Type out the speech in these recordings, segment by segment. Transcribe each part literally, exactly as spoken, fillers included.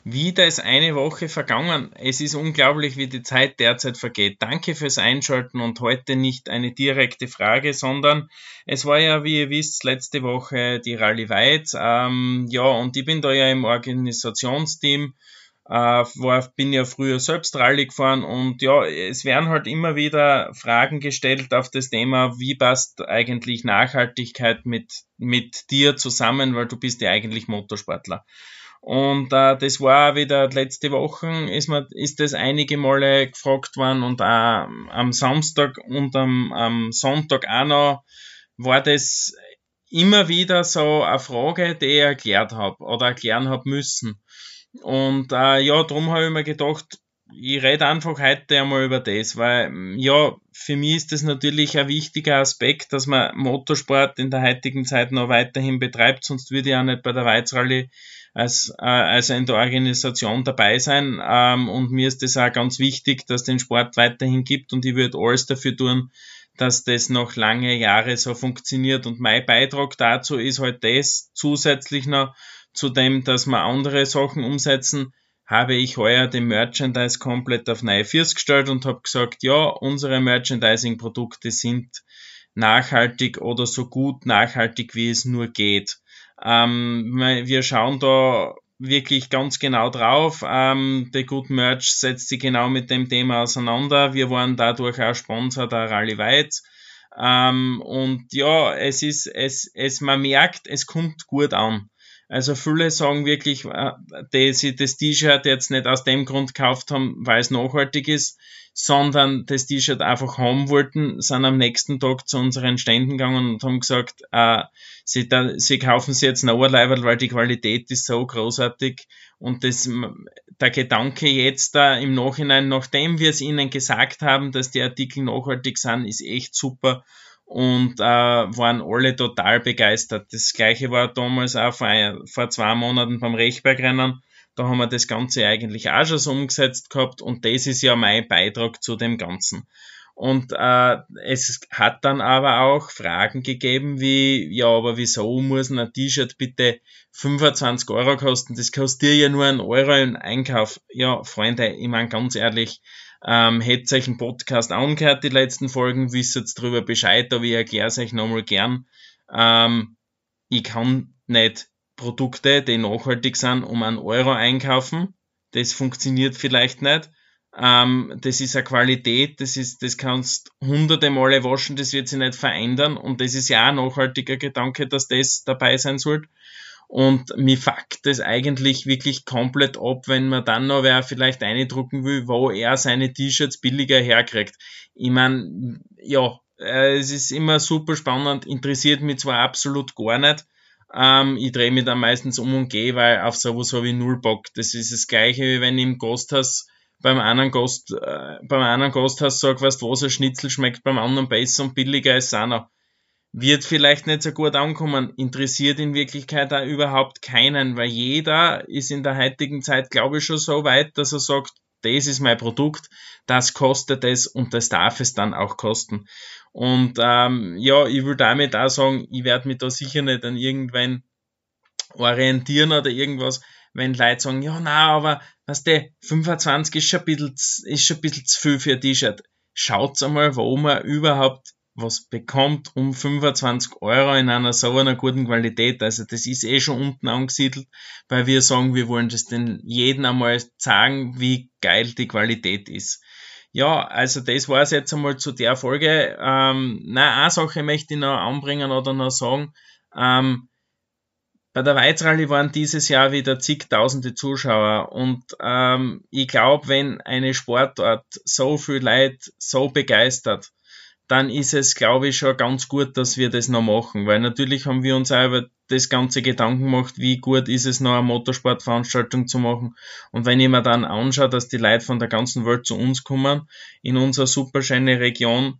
Wieder ist eine Woche vergangen. Es ist unglaublich, wie die Zeit derzeit vergeht. Danke fürs Einschalten und heute nicht eine direkte Frage, sondern es war ja, wie ihr wisst, letzte Woche die Rallye Weiz. Ähm, ja, und ich bin da ja im Organisationsteam, äh, war, bin ja früher selbst Rallye gefahren und ja, es werden halt immer wieder Fragen gestellt auf das Thema, wie passt eigentlich Nachhaltigkeit mit, mit dir zusammen, weil du bist ja eigentlich Motorsportler. Und äh, das war auch wieder letzte Woche, ist mir, ist das einige Male gefragt worden und auch am Samstag und am, am Sonntag auch noch, war das immer wieder so eine Frage, die ich erklärt habe oder erklären habe müssen. Und äh, ja, darum habe ich mir gedacht, ich rede einfach heute einmal über das, weil ja, für mich ist das natürlich ein wichtiger Aspekt, dass man Motorsport in der heutigen Zeit noch weiterhin betreibt, sonst würde ich auch nicht bei der Weizrallye als, äh, also in der Organisation dabei sein. Ähm, und mir ist das auch ganz wichtig, dass den Sport weiterhin gibt und ich würde alles dafür tun, dass das noch lange Jahre so funktioniert. Und mein Beitrag dazu ist halt das, zusätzlich noch zu dem, dass wir andere Sachen umsetzen, habe ich heuer den Merchandise komplett auf neue Füße gestellt und habe gesagt, ja, unsere Merchandising-Produkte sind nachhaltig oder so gut nachhaltig, wie es nur geht. Ähm, wir schauen da wirklich ganz genau drauf. Ähm, der Good Merch setzt sich genau mit dem Thema auseinander. Wir waren dadurch auch Sponsor der Rallye Weiz. Ähm, und ja, es ist, es, es, man merkt, es kommt gut an. Also viele sagen wirklich, äh, die sie das T-Shirt jetzt nicht aus dem Grund gekauft haben, weil es nachhaltig ist, sondern das T-Shirt einfach haben wollten, sind am nächsten Tag zu unseren Ständen gegangen und haben gesagt, äh, sie, da, sie kaufen sich jetzt ein Oberleiberl, weil die Qualität ist so großartig und das, der Gedanke jetzt da im Nachhinein, nachdem wir es ihnen gesagt haben, dass die Artikel nachhaltig sind, ist echt super und äh, waren alle total begeistert. Das gleiche war damals auch vor, vor zwei Monaten beim Rechbergrennen. Da haben wir das Ganze eigentlich auch schon so umgesetzt gehabt und das ist ja mein Beitrag zu dem Ganzen. Und äh, es hat dann aber auch Fragen gegeben wie, ja, aber wieso muss ein T-Shirt bitte fünfundzwanzig Euro kosten? Das kostet dir ja nur einen Euro im Einkauf. Ja, Freunde, ich meine ganz ehrlich, ähm, hättet euch einen Podcast angehört, die letzten Folgen, wisst jetzt drüber Bescheid, aber ich erkläre es euch nochmal gern. Ähm, ich kann nicht Produkte, die nachhaltig sind, um einen Euro einkaufen. Das funktioniert vielleicht nicht. Ähm, das ist eine Qualität, das ist, das kannst hunderte Male waschen, das wird sich nicht verändern und das ist ja auch ein nachhaltiger Gedanke, dass das dabei sein sollte. Und mir fuckt das eigentlich wirklich komplett ab, wenn man dann noch wer vielleicht eindrucken will, wo er seine T-Shirts billiger herkriegt. Ich mein, ja, äh, es ist immer super spannend, interessiert mich zwar absolut gar nicht, ähm, ich drehe mich dann meistens um und gehe, weil auf sowas habe ich null Bock. Das ist das Gleiche, wie wenn ich im Gasthaus beim anderen Gast, äh, beim anderen Gasthaus sage, weißt du was, ein Schnitzel schmeckt beim anderen besser und billiger als seiner. Wird vielleicht nicht so gut ankommen, interessiert in Wirklichkeit auch überhaupt keinen, weil jeder ist in der heutigen Zeit, glaube ich, schon so weit, dass er sagt, das ist mein Produkt, das kostet es und das darf es dann auch kosten. Und ähm, ja, ich will damit auch sagen, ich werde mich da sicher nicht an irgendwen orientieren oder irgendwas, wenn Leute sagen, ja, na, aber weißt du, fünfundzwanzig ist schon ein bisschen, ist schon ein bisschen zu viel für ein T-Shirt. Schaut's einmal, wo man überhaupt was bekommt um fünfundzwanzig Euro in einer so einer guten Qualität. Also das ist eh schon unten angesiedelt, weil wir sagen, wir wollen das den jeden einmal sagen, wie geil die Qualität ist. Ja, also das war's jetzt einmal zu der Folge. Ähm, na, eine Sache möchte ich noch anbringen oder noch sagen. Ähm, bei der Weizrallye waren dieses Jahr wieder zigtausende Zuschauer und ähm, ich glaube, wenn eine Sportart so viel Leute so begeistert, dann ist es, glaube ich, schon ganz gut, dass wir das noch machen, weil natürlich haben wir uns auch über das ganze Gedanken gemacht, wie gut ist es noch eine Motorsportveranstaltung zu machen. Und wenn ich mir dann anschaue, dass die Leute von der ganzen Welt zu uns kommen, in unsere super schöne Region,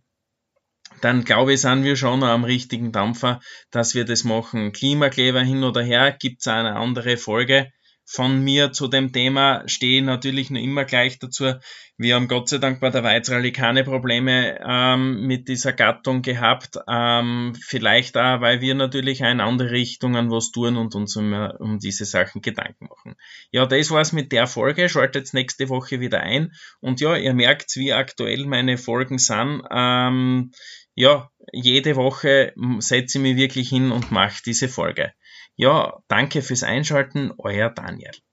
dann glaube ich, sind wir schon noch am richtigen Dampfer, dass wir das machen. Klimakleber hin oder her, gibt's auch eine andere Folge, von mir zu dem Thema stehe ich natürlich noch immer gleich dazu. Wir haben Gott sei Dank bei der Weizrally keine Probleme ähm, mit dieser Gattung gehabt. Ähm, vielleicht auch, weil wir natürlich auch in andere Richtungen was tun und uns um, um diese Sachen Gedanken machen. Ja, das war's mit der Folge. Schaltet nächste Woche wieder ein. Und ja, ihr merkt, wie aktuell meine Folgen sind. Ähm, ja, jede Woche setze ich mich wirklich hin und mache diese Folge. Ja, danke fürs Einschalten, euer Daniel.